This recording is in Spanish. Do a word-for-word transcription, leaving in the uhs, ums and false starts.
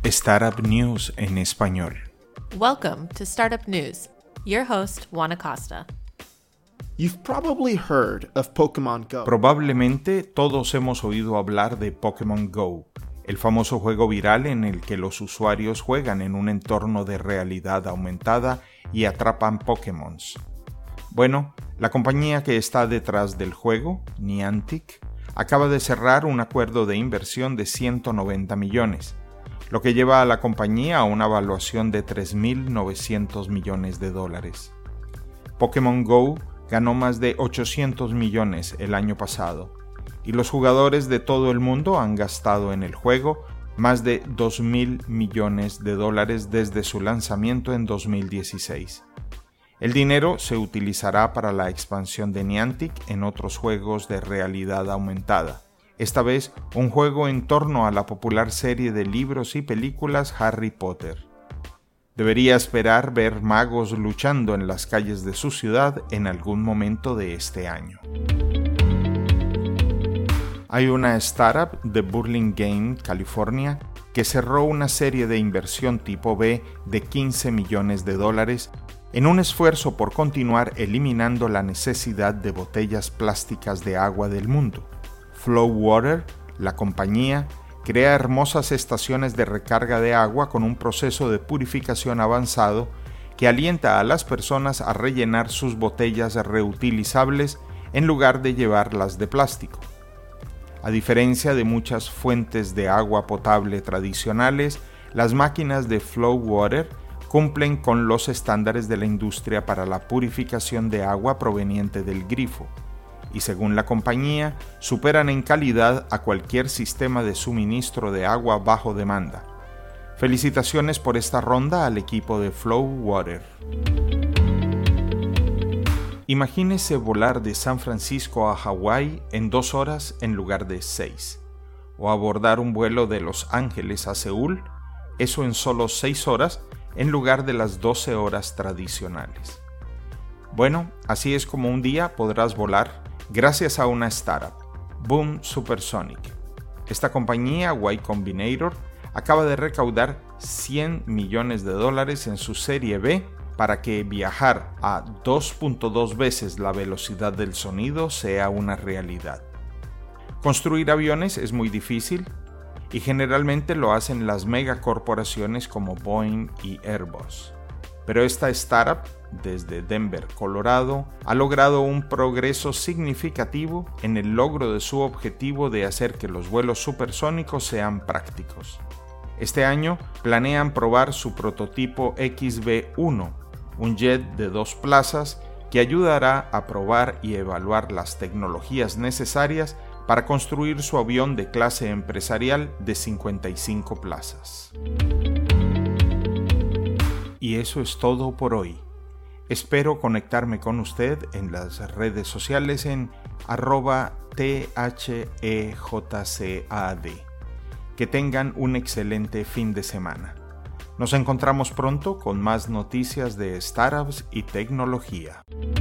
Startup News en español. Welcome to Startup News. Your host, Juan Acosta. You've probably heard of Pokémon Go. Probablemente todos hemos oído hablar de Pokémon Go, el famoso juego viral en el que los usuarios juegan en un entorno de realidad aumentada y atrapan Pokémons. Bueno, la compañía que está detrás del juego, Niantic, acaba de cerrar un acuerdo de inversión de ciento noventa millones, lo que lleva a la compañía a una valuación de tres mil novecientos millones de dólares. Pokémon Go ganó más de ochocientos millones el año pasado, y los jugadores de todo el mundo han gastado en el juego más de dos mil millones de dólares desde su lanzamiento en dos mil dieciséis. El dinero se utilizará para la expansión de Niantic en otros juegos de realidad aumentada, esta vez un juego en torno a la popular serie de libros y películas Harry Potter. Debería esperar ver magos luchando en las calles de su ciudad en algún momento de este año. Hay una startup de Burlingame, California, que cerró una serie de inversión tipo B de quince millones de dólares en un esfuerzo por continuar eliminando la necesidad de botellas plásticas de agua del mundo. Flow Water, la compañía, crea hermosas estaciones de recarga de agua con un proceso de purificación avanzado que alienta a las personas a rellenar sus botellas reutilizables en lugar de llevarlas de plástico. A diferencia de muchas fuentes de agua potable tradicionales, las máquinas de Flow Water cumplen con los estándares de la industria para la purificación de agua proveniente del grifo, y según la compañía, superan en calidad a cualquier sistema de suministro de agua bajo demanda. Felicitaciones por esta ronda al equipo de Flow Water. Imagínese volar de San Francisco a Hawái en dos horas en lugar de seis, o abordar un vuelo de Los Ángeles a Seúl, eso en solo seis horas en lugar de las doce horas tradicionales. Bueno, así es como un día podrás volar gracias a una startup, Boom Supersonic. Esta compañía, Y Combinator, acaba de recaudar cien millones de dólares en su serie B para que viajar a dos punto dos veces la velocidad del sonido sea una realidad. Construir aviones es muy difícil y generalmente lo hacen las megacorporaciones como Boeing y Airbus. Pero esta startup, desde Denver, Colorado, ha logrado un progreso significativo en el logro de su objetivo de hacer que los vuelos supersónicos sean prácticos. Este año planean probar su prototipo X B uno, un jet de dos plazas que ayudará a probar y evaluar las tecnologías necesarias para construir su avión de clase empresarial de cincuenta y cinco plazas. Y eso es todo por hoy. Espero conectarme con usted en las redes sociales en arroba T H E J C A D. Que tengan un excelente fin de semana. Nos encontramos pronto con más noticias de startups y tecnología.